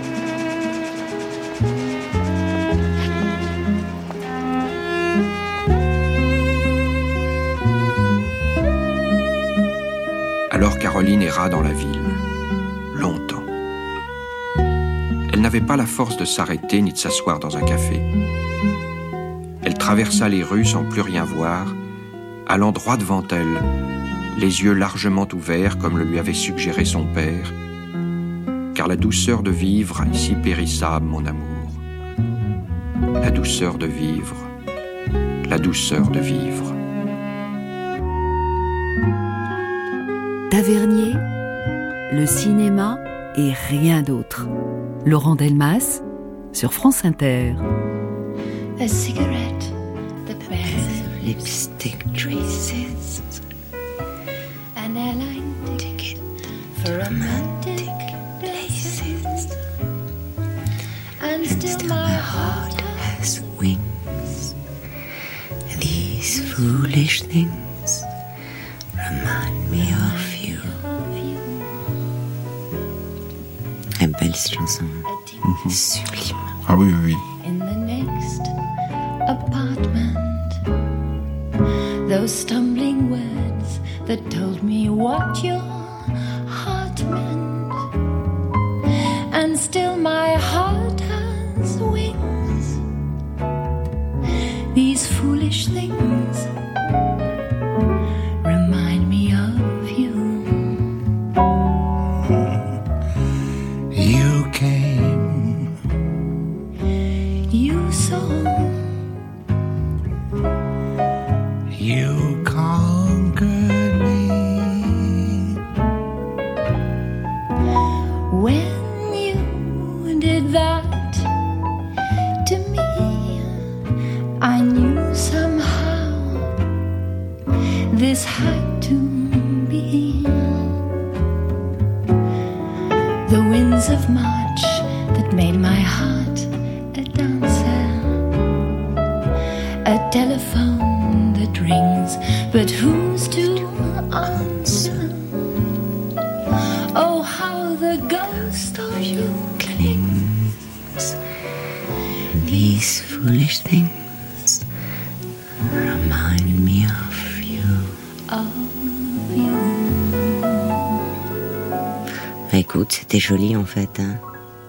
Alors Caroline erra dans la ville, longtemps. Elle n'avait pas la force de s'arrêter ni de s'asseoir dans un café. Elle traversa les rues sans plus rien voir, allant droit devant elle, les yeux largement ouverts comme le lui avait suggéré son père, car la douceur de vivre est si périssable, mon amour. La douceur de vivre, la douceur de vivre. Tavernier, le cinéma et rien d'autre. Laurent Delmas, sur France Inter. a cigarette that bears lipstick traces, an airline ticket for romantic places, and still my heart has wings. These foolish things remind me of you. Très belle cette chanson, mm-hmm. Sublime. Ah oui, oui, oui. In the next apartment, those stumbling words that told me what your heart meant, and still my heart has wings. These foolish things remind me of you. You came, you saw, you conquered me. When you did that to me, I knew somehow this had to be. The winds of March that made my heart a dancer, a telephone that rings, but who's to answer? Oh, how the ghost of you clings. These foolish things remind me of you. Of you. Écoute, c'était joli en fait, hein.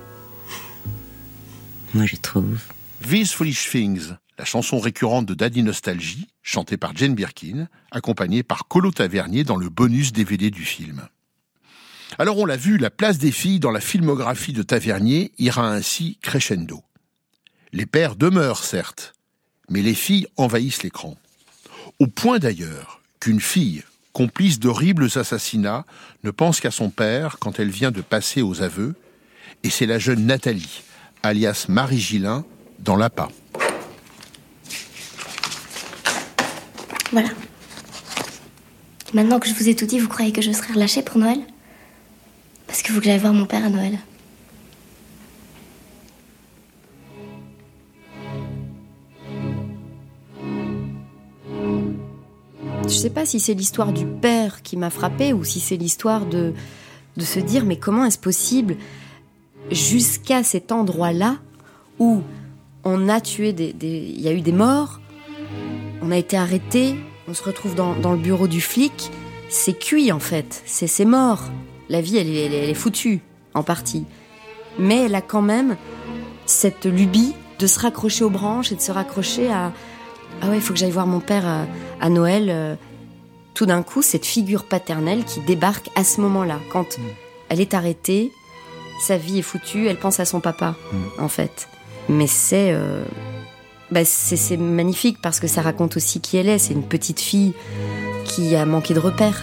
Moi je trouve. These Foolish Things, la chanson récurrente de Daddy Nostalgie, chantée par Jane Birkin, accompagnée par Colo Tavernier dans le bonus D V D du film. Alors on l'a vu, la place des filles dans la filmographie de Tavernier ira ainsi crescendo. Les pères demeurent certes, mais les filles envahissent l'écran. Au point d'ailleurs qu'une fille, complice d'horribles assassinats, ne pense qu'à son père quand elle vient de passer aux aveux, et c'est la jeune Nathalie, alias Marie Gillin, dans l'A P A. Voilà. Maintenant que je vous ai tout dit, vous croyez que je serai relâchée pour Noël? Parce qu'il faut que j'aille voir mon père à Noël. Je sais pas si c'est l'histoire du père qui m'a frappée ou si c'est l'histoire de, de se dire mais comment est-ce possible jusqu'à cet endroit-là où on a tué des, des... il y a eu des morts, on a été arrêté, on se retrouve dans, dans le bureau du flic, c'est cuit en fait, c'est, c'est mort. La vie elle est, elle, est, elle est foutue en partie. Mais elle a quand même cette lubie de se raccrocher aux branches et de se raccrocher à... Ah ouais, il faut que j'aille voir mon père à, à Noël. Euh, tout d'un coup, cette figure paternelle qui débarque à ce moment-là. Quand mmh. elle est arrêtée, sa vie est foutue, elle pense à son papa, mmh. en fait. Mais c'est, euh, bah c'est, c'est magnifique parce que ça raconte aussi qui elle est. C'est une petite fille qui a manqué de repères.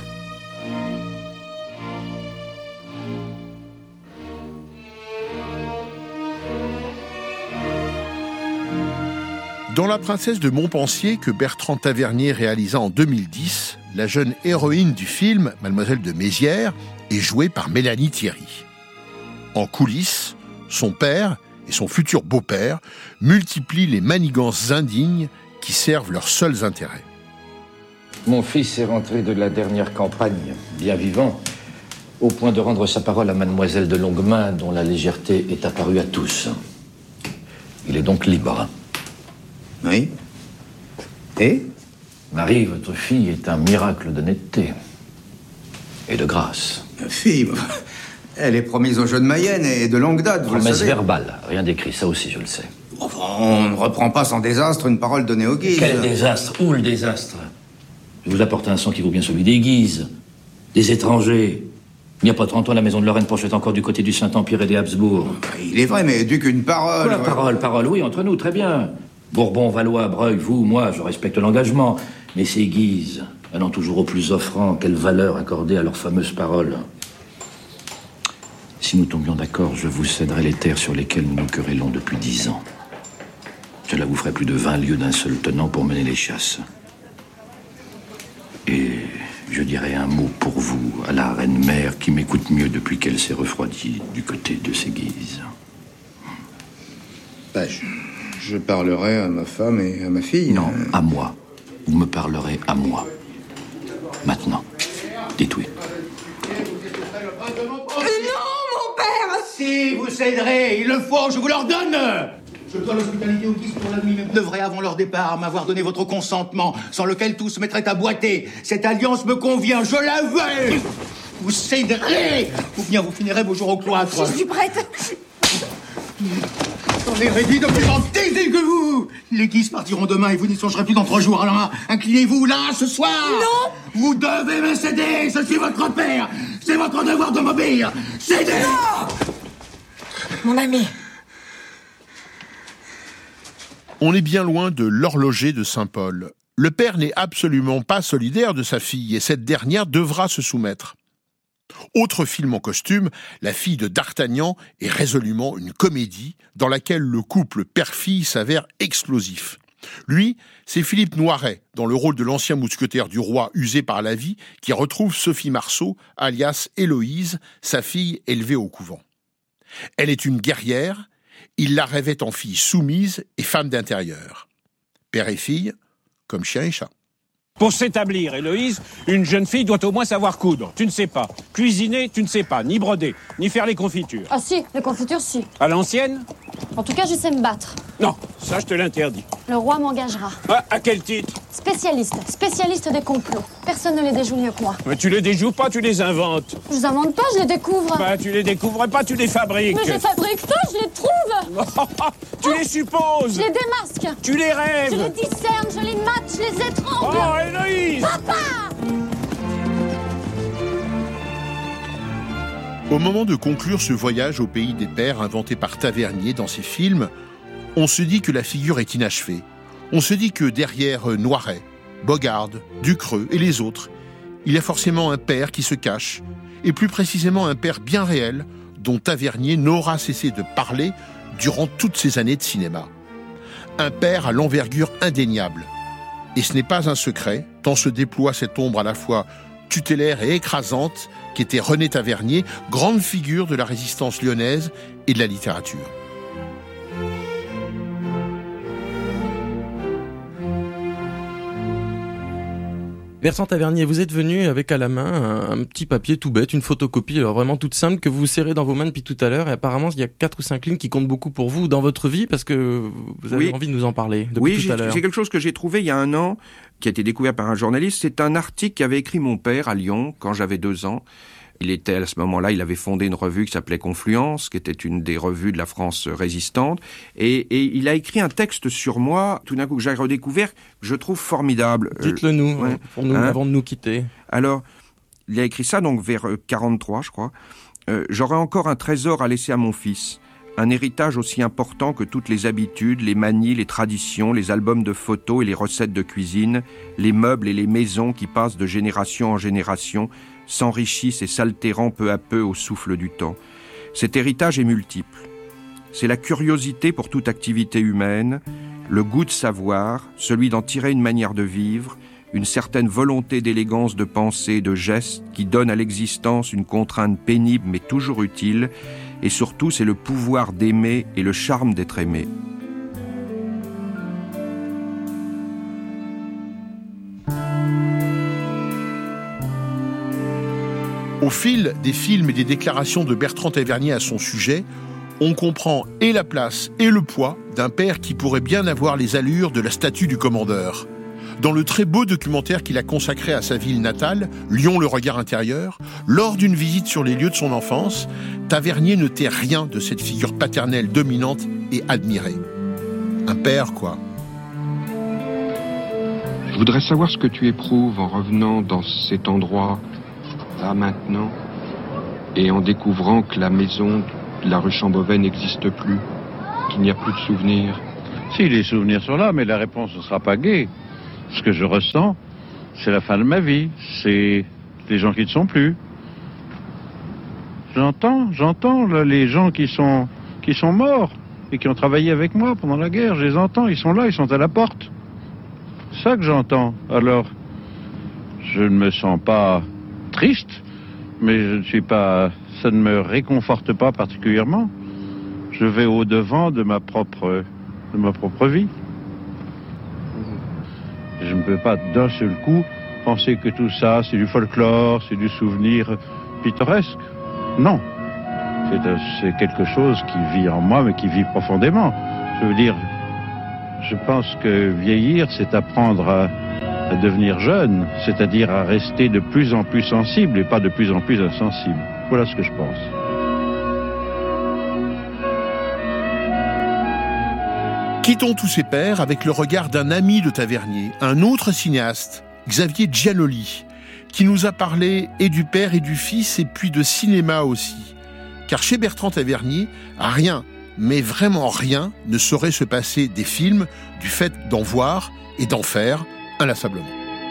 Dans La Princesse de Montpensier, que Bertrand Tavernier réalisa en deux mille dix, la jeune héroïne du film, Mademoiselle de Mézières, est jouée par Mélanie Thierry. En coulisses, son père et son futur beau-père multiplient les manigances indignes qui servent leurs seuls intérêts. Mon fils est rentré de la dernière campagne, bien vivant, au point de rendre sa parole à Mademoiselle de Longuemain, dont la légèreté est apparue à tous. Il est donc libre. Oui. Et Marie, votre fille, est un miracle d'honnêteté et de grâce. Fille, elle est promise aux jeux de Mayenne et de longue date, vous le savez. Promesse verbale, rien d'écrit, ça aussi je le sais. Enfin, on ne reprend pas sans désastre une parole donnée aux Guises. Quel désastre? Où le désastre? Je vous apporte un sang qui vaut bien celui des Guises, des étrangers. Il n'y a pas trente ans, la maison de Lorraine penchait encore du côté du Saint-Empire et des Habsbourg. Il est vrai, mais dû qu'une parole... Quoi, parole, parole, oui, entre nous, très bien. Bourbon, Valois, Breuil, vous, moi, je respecte l'engagement. Mais ces Guises, allant toujours au plus offrant, quelle valeur accorder à leurs fameuses paroles. Si nous tombions d'accord, je vous céderai les terres sur lesquelles nous nous querellons depuis dix ans. Cela vous ferait plus de vingt lieues d'un seul tenant pour mener les chasses. Et je dirais un mot pour vous à la reine-mère qui m'écoute mieux depuis qu'elle s'est refroidie du côté de ses guises. Bah, je, je parlerai à ma femme et à ma fille. Non, à moi. Vous me parlerez à moi. Maintenant. Dites oui. Non, mon père! Si, vous céderez, il le faut, je vous l'ordonne! Je dois l'hospitalité aux guises pour la nuit, mais vous devrez, avant leur départ, m'avoir donné votre consentement, sans lequel tout se mettrait à boiter. Cette alliance me convient, je la veux! Vous céderez, ou bien vous finirez vos jours au cloître. Je suis prête! On est réduit de plus en taisez que vous! Les guises partiront demain et vous n'y songerez plus dans trois jours. Alors, inclinez-vous là, ce soir! Non! Vous devez me céder! Je suis votre père! C'est votre devoir de m'obéir! Cédez! Non! Mon ami! On est bien loin de l'horloger de Saint-Paul. Le père n'est absolument pas solidaire de sa fille et cette dernière devra se soumettre. Autre film en costume, La fille de D'Artagnan est résolument une comédie dans laquelle le couple père-fille s'avère explosif. Lui, c'est Philippe Noiret, dans le rôle de l'ancien mousquetaire du roi usé par la vie, qui retrouve Sophie Marceau, alias Héloïse, sa fille élevée au couvent. Elle est une guerrière, il la rêvait en fille soumise et femme d'intérieur. Père et fille, comme chien et chat. Pour s'établir, Héloïse, une jeune fille doit au moins savoir coudre. Tu ne sais pas. Cuisiner, tu ne sais pas. Ni broder, ni faire les confitures. Ah si, les confitures, si. À l'ancienne? En tout cas, je sais me battre. Non, ça je te l'interdis. Le roi m'engagera. Ah, à quel titre? Spécialiste, spécialiste des complots. Personne ne les déjoue mieux que moi. Mais tu les déjoues pas, tu les inventes. Je les invente pas, je les découvre. Bah, tu les découvres pas, tu les fabriques. Mais je les fabrique pas, je les trouve. Tu les supposes. Je les démasque. Tu les rêves. Je les discerne, je les mate, je les étrangle. Oh, Héloïse! Papa! Au moment de conclure ce voyage au pays des pères inventé par Tavernier dans ses films, on se dit que la figure est inachevée. On se dit que derrière Noiret, Bogard, Ducreux et les autres, il y a forcément un père qui se cache, et plus précisément un père bien réel dont Tavernier n'aura cessé de parler durant toutes ces années de cinéma. Un père à l'envergure indéniable. Et ce n'est pas un secret, tant se déploie cette ombre à la fois tutélaire et écrasante qu'était René Tavernier, grande figure de la résistance lyonnaise et de la littérature. Bertrand Tavernier, vous êtes venu avec à la main un, un petit papier tout bête, une photocopie, alors vraiment toute simple, que vous serrez dans vos mains depuis tout à l'heure. Et apparemment, il y a quatre ou cinq lignes qui comptent beaucoup pour vous dans votre vie, parce que vous avez oui. envie de nous en parler depuis oui, tout à l'heure. Oui, c'est quelque chose que j'ai trouvé il y a un an, qui a été découvert par un journaliste. C'est un article qu'avait écrit mon père à Lyon, quand j'avais deux ans. Il était, à ce moment-là, il avait fondé une revue qui s'appelait Confluence, qui était une des revues de la France résistante. Et, et il a écrit un texte sur moi, tout d'un coup, que j'ai redécouvert, que je trouve formidable. Dites-le nous, ouais. pour nous, hein avant de nous quitter. Alors, il a écrit ça, donc, vers quarante-trois, je crois. Euh, j'aurais encore un trésor à laisser à mon fils. Un héritage aussi important que toutes les habitudes, les manies, les traditions, les albums de photos et les recettes de cuisine, les meubles et les maisons qui passent de génération en génération, s'enrichissent et s'altérant peu à peu au souffle du temps. Cet héritage est multiple. C'est la curiosité pour toute activité humaine, le goût de savoir, celui d'en tirer une manière de vivre, une certaine volonté d'élégance de pensée, de geste, qui donne à l'existence une contrainte pénible mais toujours utile, et surtout c'est le pouvoir d'aimer et le charme d'être aimé. Au fil des films et des déclarations de Bertrand Tavernier à son sujet, on comprend et la place et le poids d'un père qui pourrait bien avoir les allures de la statue du commandeur. Dans le très beau documentaire qu'il a consacré à sa ville natale, Lyon le regard intérieur, lors d'une visite sur les lieux de son enfance, Tavernier ne tait rien de cette figure paternelle dominante et admirée. Un père, quoi. Je voudrais savoir ce que tu éprouves en revenant dans cet endroit, là maintenant, et en découvrant que la maison de la rue Chambovet n'existe plus, qu'il n'y a plus de souvenirs. Si, les souvenirs sont là, mais la réponse ne sera pas gaie. Ce que je ressens, c'est la fin de ma vie, c'est les gens qui ne sont plus. J'entends, j'entends là, les gens qui sont, qui sont morts. et qui ont travaillé avec moi pendant la guerre. Je les entends, ils sont là, ils sont à la porte. C'est ça que j'entends. Alors, je ne me sens pas triste, mais je ne suis pas... ça ne me réconforte pas particulièrement. Je vais au-devant de ma propre, de ma propre vie. Je ne peux pas d'un seul coup penser que tout ça, c'est du folklore, c'est du souvenir pittoresque. Non. C'est, c'est quelque chose qui vit en moi, mais qui vit profondément. Je veux dire, je pense que vieillir, c'est apprendre à, à devenir jeune, c'est-à-dire à rester de plus en plus sensible et pas de plus en plus insensible. Voilà ce que je pense. Quittons tous ces pères avec le regard d'un ami de Tavernier, un autre cinéaste, Xavier Giannoli, qui nous a parlé et du père et du fils et puis de cinéma aussi. Car chez Bertrand Tavernier, rien, mais vraiment rien, ne saurait se passer des films du fait d'en voir et d'en faire inlassablement.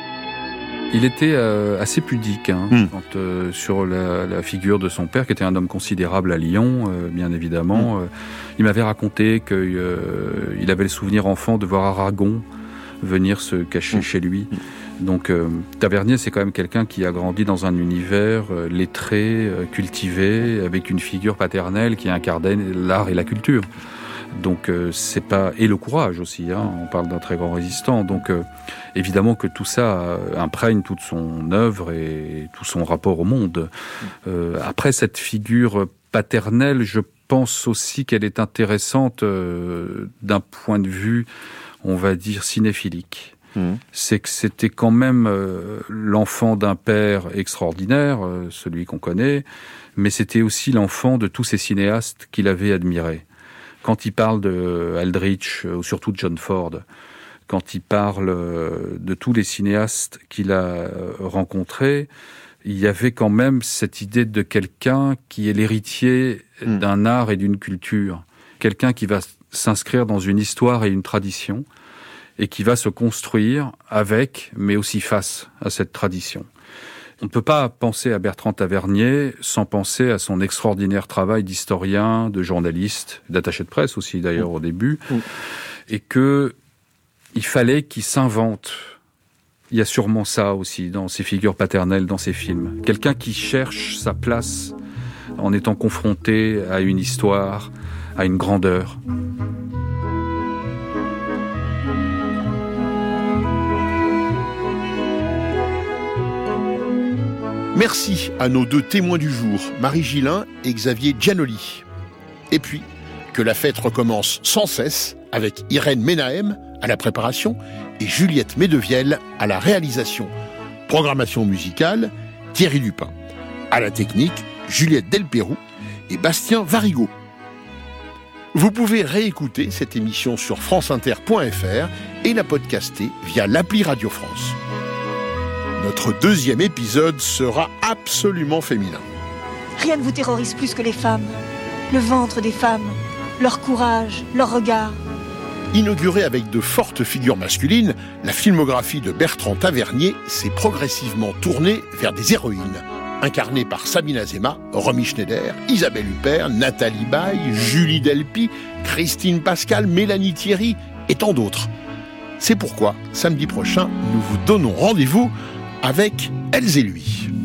Il était euh, assez pudique hein, mmh. quand, euh, sur la, la figure de son père, qui était un homme considérable à Lyon, euh, bien évidemment. Mmh. Euh, il m'avait raconté qu'il euh, avait le souvenir enfant de voir Aragon venir se cacher mmh. chez lui. Donc euh, Tavernier, c'est quand même quelqu'un qui a grandi dans un univers euh, lettré, euh, cultivé, avec une figure paternelle qui incarnait l'art et la culture. Donc euh, c'est pas et le courage aussi. Hein, on parle d'un très grand résistant. Donc euh, évidemment que tout ça euh, imprègne toute son œuvre et tout son rapport au monde. Euh, après cette figure paternelle, je pense aussi qu'elle est intéressante euh, d'un point de vue, on va dire, cinéphilique. Mmh. C'est que c'était quand même euh, l'enfant d'un père extraordinaire, euh, celui qu'on connaît, mais c'était aussi l'enfant de tous ces cinéastes qu'il avait admirés. Quand il parle de Aldrich, ou surtout de John Ford, quand il parle de tous les cinéastes qu'il a rencontrés, il y avait quand même cette idée de quelqu'un qui est l'héritier mmh. d'un art et d'une culture. Quelqu'un qui va s'inscrire dans une histoire et une tradition, et qui va se construire avec, mais aussi face à cette tradition. On ne peut pas penser à Bertrand Tavernier sans penser à son extraordinaire travail d'historien, de journaliste, d'attaché de presse aussi d'ailleurs au début, mmh. et que il fallait qu'il s'invente. Il y a sûrement ça aussi dans ses figures paternelles, dans ses films. Quelqu'un qui cherche sa place en étant confronté à une histoire, à une grandeur. Merci à nos deux témoins du jour, Marie Gillin et Xavier Giannoli. Et puis, que la fête recommence sans cesse avec Irène Menahem à la préparation et Juliette Medevielle à la réalisation. Programmation musicale, Thierry Dupin. À la technique, Juliette Delpérou et Bastien Varigo. Vous pouvez réécouter cette émission sur franceinter point f r et la podcaster via l'appli Radio France. Notre deuxième épisode sera absolument féminin. Rien ne vous terrorise plus que les femmes. Le ventre des femmes, leur courage, leur regard. Inaugurée avec de fortes figures masculines, la filmographie de Bertrand Tavernier s'est progressivement tournée vers des héroïnes, incarnées par Sabine Azéma, Romy Schneider, Isabelle Huppert, Nathalie Baye, Julie Delpy, Christine Pascal, Mélanie Thierry et tant d'autres. C'est pourquoi, samedi prochain, nous vous donnons rendez-vous avec Elles et lui.